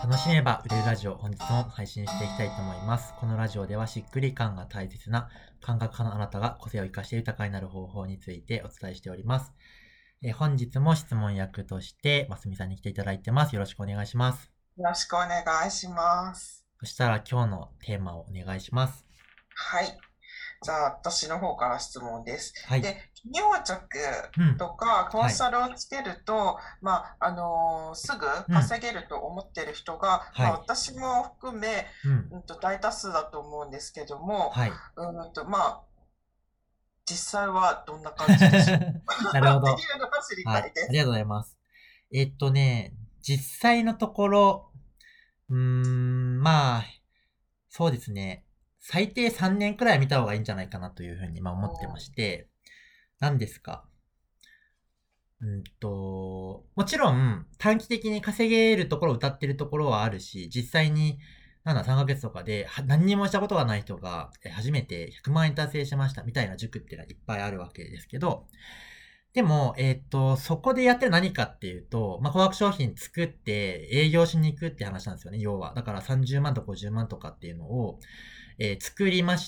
楽しめば売れるラジオ、本日も配信していきたいと思います。このラジオではしっくり感が大切な感覚派のあなたが個性を生かして豊かになる方法についてお伝えしております。本日も質問役としてますみさんに来ていただいてます。よろしくお願いします。 よろしくお願いします。 そしたら今日のテーマをお願いします。 はい。じゃあ、私の方から質問です。 はい。 で、企業着うん。 とかコンはい。 サルをつけると、すぐうん。 稼げると思ってる人が、 はい。 私も含め、 うん。 大多数だと思うんですけども、 はい。 うんと、まあ、実際はどんな感じでしょうなるほっていど。 うのが知りはい。 たいです。 ありがとうございます。実際のところ、そうですね。最低3年くらい見た方がいいんじゃないかなというふうに思ってまうして、何ですか。もちろん短期的に稼げるところを歌ってるところはあるし、実際に、3ヶ月とかで何にもしたことがない人が初めて100万円達成しましたみたいな塾っていうのはいっぱいあるわけですけど、でも、そこでやってる何かっていうと、高額商品作って営業しに行くって話なんですよね、要は。だから30万とか50万とかっていうのを、作りまして、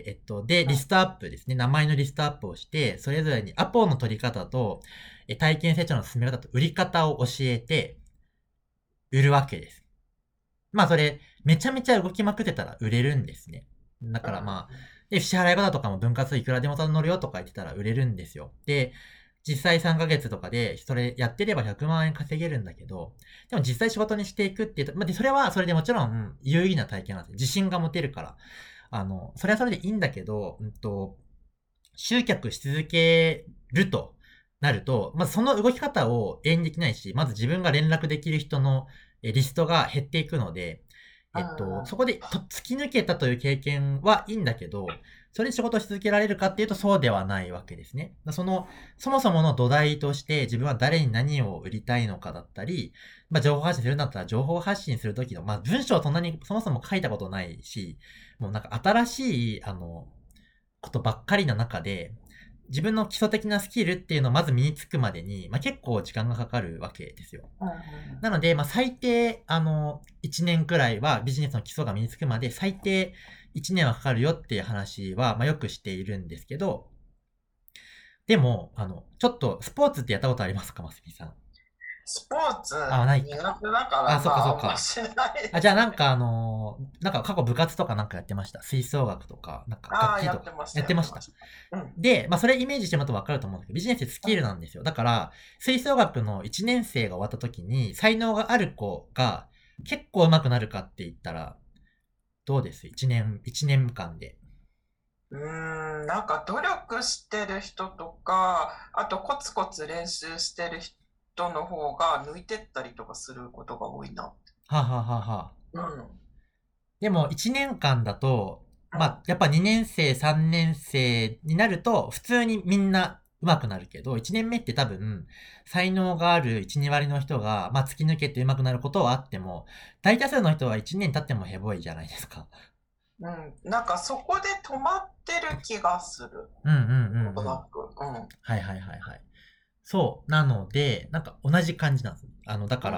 で、リストアップですね。名前のリストアップをして、それぞれにアポの取り方と、体験成長の進め方と売り方を教えて、売るわけです。それ、めちゃめちゃ動きまくってたら売れるんですね。だからで、支払い方とかも分割いくらでも乗るよとか言ってたら売れるんですよ。で、実際3ヶ月とかで、それやってれば100万円稼げるんだけど、でも実際仕事にしていくっていうと、で、それはそれでもちろん有意義な体験なんですよ。自信が持てるから。それはそれでいいんだけど、集客し続けるとなると、まずその動き方を永遠にできないし、まず自分が連絡できる人のリストが減っていくので、そこで突き抜けたという経験はいいんだけど、それで仕事をし続けられるかっていうとそうではないわけですね。そもそもの土台として自分は誰に何を売りたいのかだったり、情報発信するんだったら情報発信するときの、文章をそんなにそもそも書いたことないし、もう新しい、ことばっかりの中で、自分の基礎的なスキルっていうのをまず身につくまでに、結構時間がかかるわけですよ。なので、最低、1年くらいはビジネスの基礎が身につくまで、最低1年はかかるよっていう話は、よくしているんですけど、でも、ちょっと、スポーツってやったことありますか、ますみさん。 スポーツないか。 苦手だかあ、 ら、 そっかそっあんまか。 しないじゃあですね。 過去部活とかやってました。吹奏楽とか、楽ああ、 器とか、 やってました、 やってました。 やってました。うん。 で、それイメージしてもらうとわかると思うんですけど、ビジネスってスキルなんですよ。だから、吹奏楽の1年生が終わった時に、才能がある子が結構上手くなるかって言ったら、どうです ?1 年間で。 なんか努力してる人とか、あとコツコツ練習してる人の方が抜いてったりとかすることが多いな。 はあ、はあはあはあ、 うん。うん。 でも、1年間だと、やっぱ2年生、3年生になると、普通にみんな上手くなるけど、1年目って多分、才能がある1、2割の人が、突き抜けて上手くなることはあっても、大多数の人は1年経ってもヘボいじゃないですか。 うん。なんかそこで止まってる気がする。 うんうんうんなんとうん。 なく。うん。うん。 はいはいはいはい。そう。なので、同じ感じなんです。だから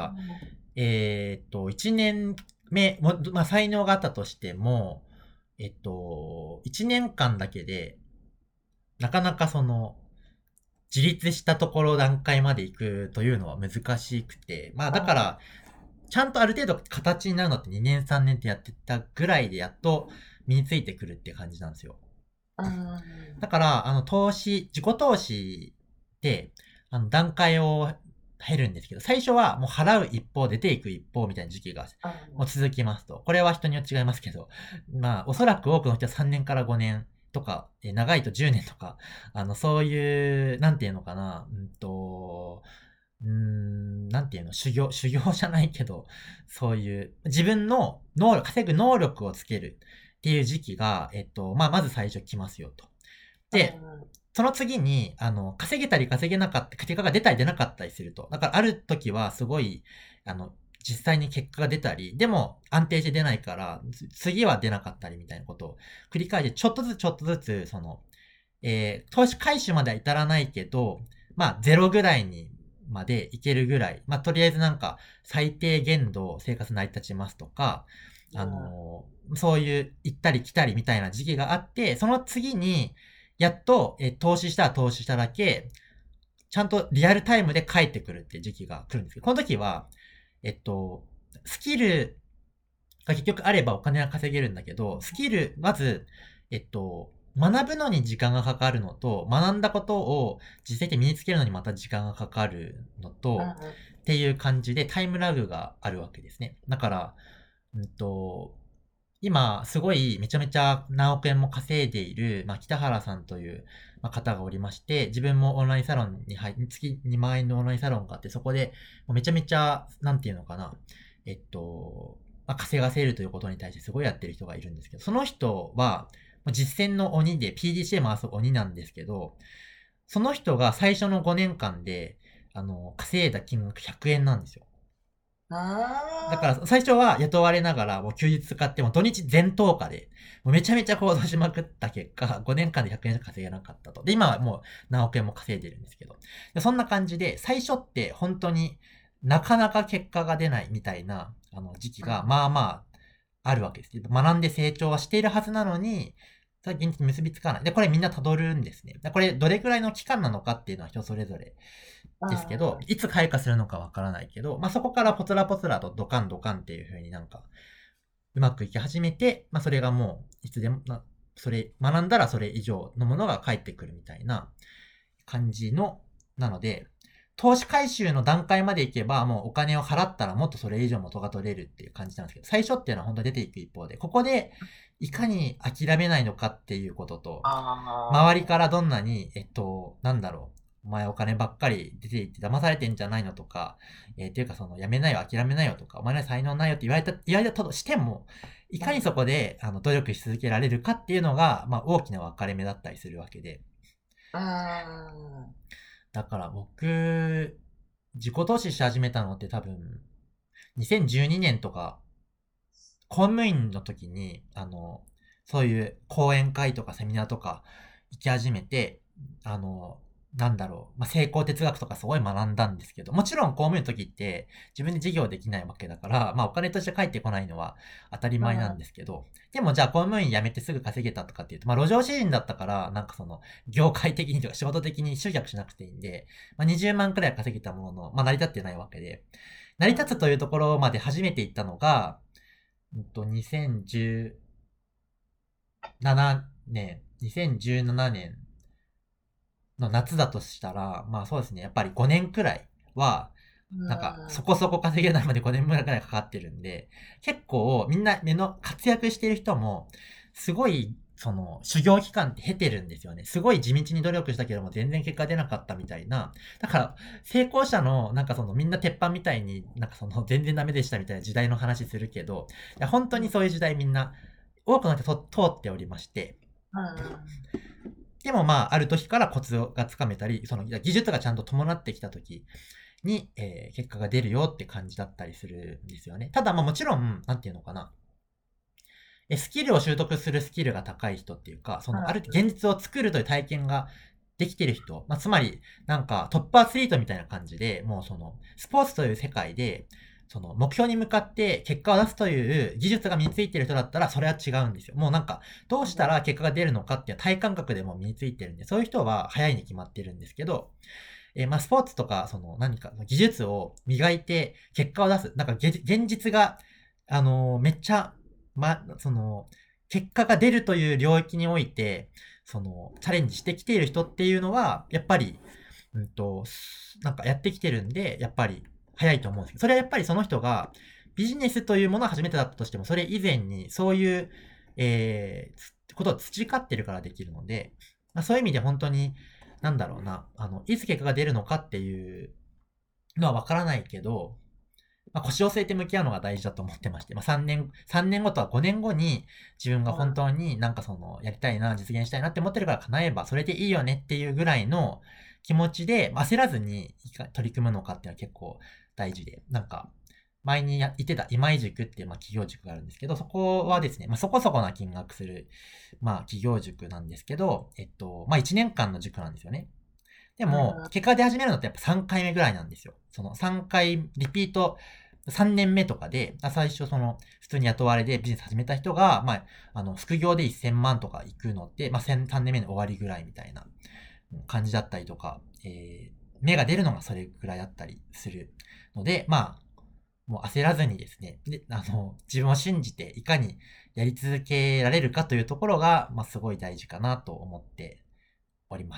、1年目、才能があったとしても、1年間だけで、なかなか自立したところ段階まで行くというのは難しくて、だから、ちゃんとある程度形になるのって2年3年ってやってたぐらいでやっと身についてくるって感じなんですよ。 うん。 だから、自己投資で、段階を減るんですけど、最初はもう払う一方、出ていく一方みたいな時期がもう続きますと。これは人によって違いますけど、おそらく多くの人は3年から5年とか、長いと10年とか、そういう、なんていうのかな、なんていうの、修行じゃないけど、そういう自分の稼ぐ能力をつけるっていう時期が、まず最初来ますよと。で、その次に、稼げたり稼げなかった、結果が出たり出なかったりすると。だからある時はすごい、実際に結果が出たり、でも安定して出ないから、次は出なかったりみたいなことを繰り返して、ちょっとずつちょっとずつ、投資回収までは至らないけど、ゼロぐらいにまで行けるぐらい、まあ、とりあえずなんか、最低限度生活成り立ちますとか、そういう行ったり来たりみたいな時期があって、その次に、やっと、投資したら投資しただけ、ちゃんとリアルタイムで返ってくるっていう時期が来るんですけど、この時は、スキルが結局あればお金は稼げるんだけど、スキル、まず、学ぶのに時間がかかるのと、学んだことを実践で身につけるのにまた時間がかかるのと、っていう感じでタイムラグがあるわけですね。だから、今、すごいめちゃめちゃ何億円も稼いでいる、まあ、北原さんという、まあ、方がおりまして、自分もオンラインサロンに月2万円のオンラインサロンがあって、そこで、もうめちゃめちゃ、なんていうのかな、まあ、稼がせるということに対してすごいやってる人がいるんですけど、その人は、実践の鬼で PDCA 回す鬼なんですけど、その人が最初の5年間で、稼いだ金額100円なんですよ。だから最初は雇われながらもう休日使っても土日全投下で、もうめちゃめちゃ行動しまくった結果、5年間で100円しか稼げなかったと。で、今はもう何億円も稼いでるんですけど。そんな感じで、最初って本当になかなか結果が出ないみたいな時期が、まあまあ、あるわけです。学んで成長はしているはずなのに、現実に結びつかない。で、これみんな辿るんですね。これどれくらいの期間なのかっていうのは人それぞれですけど、いつ開花するのかわからないけど、まあ、そこからポツラポツラとドカンドカンっていう風になんか、うまくいき始めて、まあ、それがもう、いつでも、それ、学んだらそれ以上のものが返ってくるみたいな感じの、なので、投資回収の段階までいけば、もうお金を払ったらもっとそれ以上元が取れるっていう感じなんですけど、最初っていうのは本当に出ていく一方で、ここでいかに諦めないのかっていうことと、周りからどんなに、なんだろう、お前お金ばっかり出ていって騙されてんじゃないのとか、っていうかその、やめなよ、諦めなよとか、お前の才能ないよって言われたとしても、いかにそこで、努力し続けられるかっていうのが、まあ、大きな分かれ目だったりするわけで。だから僕、自己投資し始めたのって多分、2012年とか、公務員の時に、そういう講演会とかセミナーとか行き始めて、なんだろう、まあ、成功哲学とかすごい学んだんですけど、もちろん公務員の時って自分で事業できないわけだから、まあお金として返ってこないのは当たり前なんですけど、でもじゃあ公務員辞めてすぐ稼げたとかっていうと、まあ路上詩人だったから、なんかその、業界的にとか仕事的に集客しなくていいんで、まあ20万くらい稼げたものの、まあ成り立ってないわけで、成り立つというところまで初めて行ったのが、2017年、2017年の夏だとしたら、まあそうですね、やっぱり5年くらいは、なんか、そこそこ稼げないまで5年くらいかかってるんで、結構みんな活躍してる人も、すごい、その、修行期間って経てるんですよね。すごい地道に努力したけども全然結果出なかったみたいな。だから、成功者の、なんかそのみんな鉄板みたいに、なんかその全然ダメでしたみたいな時代の話するけど、いや本当にそういう時代みんな、多くの人通っておりまして、でもまあ、ある時からコツがつかめたり、その技術がちゃんと伴ってきた時に、結果が出るよって感じだったりするんですよね。ただまあもちろん、なんていうのかな。スキルを習得するスキルが高い人っていうか、そのある現実を作るという体験ができてる人、まあ、つまり、なんかトップアスリートみたいな感じで、もうその、スポーツという世界で、その目標に向かって結果を出すという技術が身についてる人だったらそれは違うんですよ。もうなんかどうしたら結果が出るのかっていう体感覚でも身についてるんで、そういう人は早いに決まってるんですけど、まあスポーツとかその何か技術を磨いて結果を出す。なんか現実が、めっちゃ、その、結果が出るという領域において、その、チャレンジしてきている人っていうのは、やっぱり、なんかやってきてるんで、やっぱり早いと思うんですけど、それはやっぱりその人がビジネスというものは初めてだったとしても、それ以前にそういう、ことを培ってるからできるので、まあ、そういう意味で本当に、なんだろうな、いつ結果が出るのかっていうのはわからないけど、まあ、腰を据えて向き合うのが大事だと思ってまして、まあ、3年後とは5年後に自分が本当になんかその、やりたいな、実現したいなって思ってるから叶えば、それでいいよねっていうぐらいの気持ちで、焦らずに取り組むのかっていうのは結構大事で、なんか、前に言ってた今井塾っていう企業塾があるんですけど、そこはですね、そこそこな金額する、企業塾なんですけど、1年間の塾なんですよね。 でも、結果が出始めるのってやっぱ3回目ぐらいなんですよ。その3回リピート、3年目とかで、最初普通に雇われでビジネス始めた人が、副業で1000万とか行くのって、3年目の終わりぐらいみたいな感じだったりとか、芽が出るのがそれぐらいだったりするので、もう焦らずにですね、で、自分を信じていかにやり続けられるかというところが、すごい大事かなと思っております。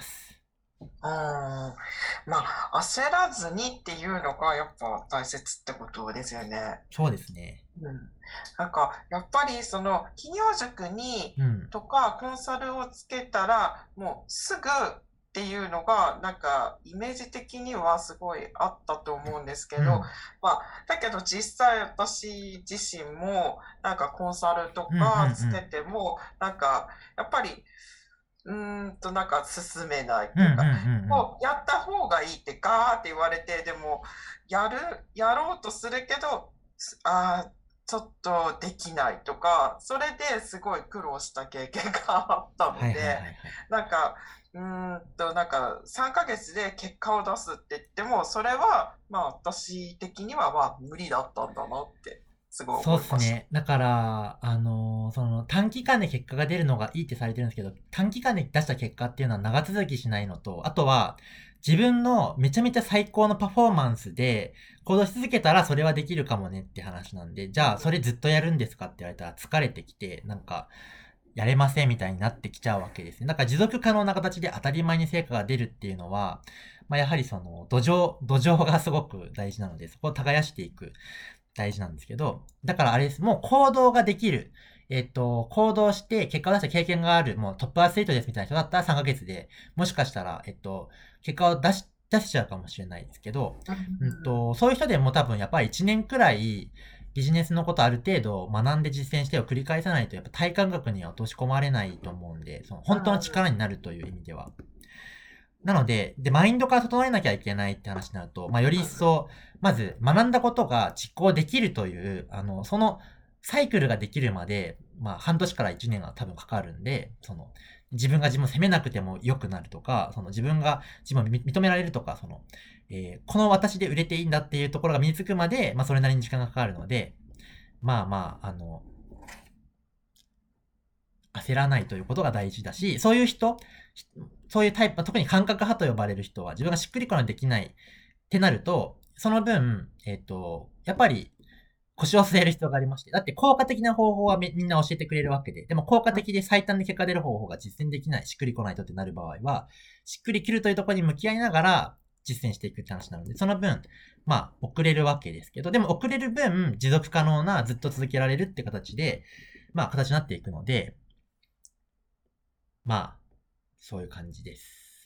焦らずにっていうのがやっぱ大切ってことですよね。 そうですね。 なんか、やっぱり企業塾にとかコンサルをつけたら、もうすぐっていうのが、なんか、イメージ的にはすごいあったと思うんですけど、だけど実際私自身も、なんかコンサルとかつけても、なんか、やっぱり、なんか進めないっていうか、もうやった方がいいってガーって言われて、でも、やろうとするけど、ちょっとできないとか、それですごい苦労した経験があったので、なんか、なんか3ヶ月で結果を出すって言っても、それは、私的には無理だったんだなって、すごいそう思いました。 ですね。だから、短期間で結果が出るのがいいってされてるんですけど、短期間で出した結果っていうのは長続きしないのと、あとは、自分のめちゃめちゃ最高のパフォーマンスで行動し続けたらそれはできるかもねって話なんで、じゃあそれずっとやるんですかって言われたら疲れてきて、なんか、やれませんみたいになってきちゃうわけですね。だから持続可能な形で当たり前に成果が出るっていうのは、やはり土壌がすごく大事なので、そこを耕していく大事なんですけど、だからあれです。もう行動ができる。行動して結果を出した経験がある、もうトップアスリートですみたいな人だったら3ヶ月で、もしかしたら、結果を出しちゃうかもしれないですけど、そういう人でも多分やっぱり1年くらいビジネスのことある程度学んで実践してを繰り返さないとやっぱ体感覚には落とし込まれないと思うんで、本当の力になるという意味では。なので、マインドから整えなきゃいけないって話になると、より一層、まず学んだことが実行できるという、そのサイクルができるまで、半年から1年が多分かかるんで、自分が自分を責めなくても良くなるとか、自分が自分を認められるとか、この私で売れていいんだっていうところが身につくまで、それなりに時間がかかるので、焦らないということが大事だし、そういう人、そういうタイプ、特に感覚派と呼ばれる人は自分がしっくりこなできないってなると、その分、やっぱり腰を据える必要がありまして、だって効果的な方法はみんな教えてくれるわけで、でも効果的で最短で結果出る方法が実践できない、しっくりこないとってなる場合は、しっくり切るというところに向き合いながら実践していくって話なので、その分、遅れるわけですけど、でも遅れる分、持続可能な、ずっと続けられるって形で、形になっていくので、そういう感じです。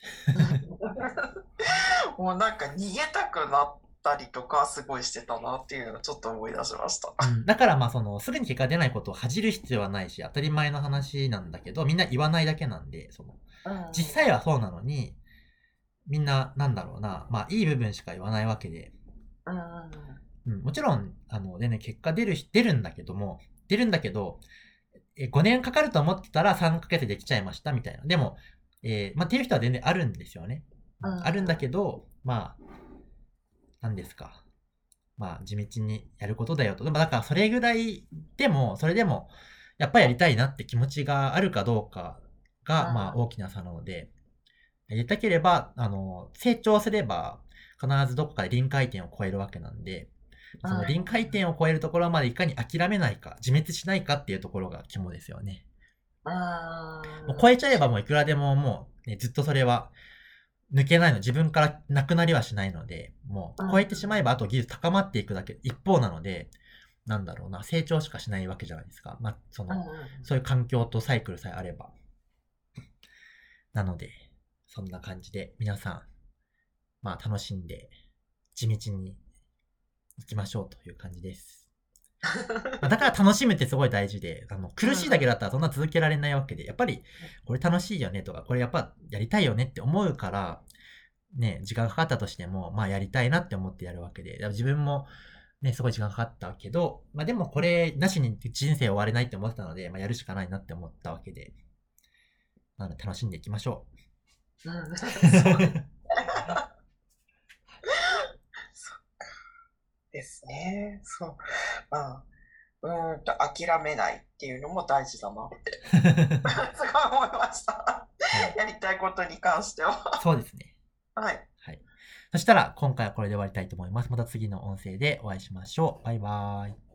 もうなんか逃げたくなったりとかすごいしてたなっていうのをちょっと思い出しました。 だからすぐに結果が出ないことを恥じる必要はないし、当たり前の話なんだけど、みんな言わないだけなんで、実際はそうなのに、みんな、なんだろうな、いい部分しか言わないわけで。もちろん、結果出るんだけど、5年かかると思ってたら3ヶ月できちゃいましたみたいな。でも、っていう人は全然あるんですよね。あるんだけど、何ですか。地道にやることだよと。でもだからそれぐらいでも、それでも、やっぱりやりたいなって気持ちがあるかどうかが、大きな差なので、やりたければ、成長すれば、必ずどこかで臨界点を超えるわけなんで、その臨界点を超えるところまでいかに諦めないか、自滅しないかっていうところが肝ですよね。もう超えちゃえばもういくらでももう、ずっとそれは抜けないの、自分からなくなりはしないので、もう超えてしまえばあと技術高まっていくだけ、一方なので、なんだろうな、成長しかしないわけじゃないですか。そういう環境とサイクルさえあれば。なので、そんな感じで皆さん、楽しんで地道に行きましょうという感じです。だから楽しむってすごい大事で、苦しいだけだったらそんな続けられないわけで、やっぱりこれ楽しいよねとか、これやっぱやりたいよねって思うから、ね、時間かかったとしても、やりたいなって思ってやるわけで、自分もね、すごい時間かかったけど、でもこれなしに人生終われないって思ってたので、やるしかないなって思ったわけで、なので楽しんでいきましょう。 ですね。そう。まあ、諦めないっていうのも大事だなって、すごい思いました。はい、やりたいことに関しては。 そうですね。 はい。 はい。そしたら、今回はこれで終わりたいと思います。また次の音声でお会いしましょう。バイバーイ。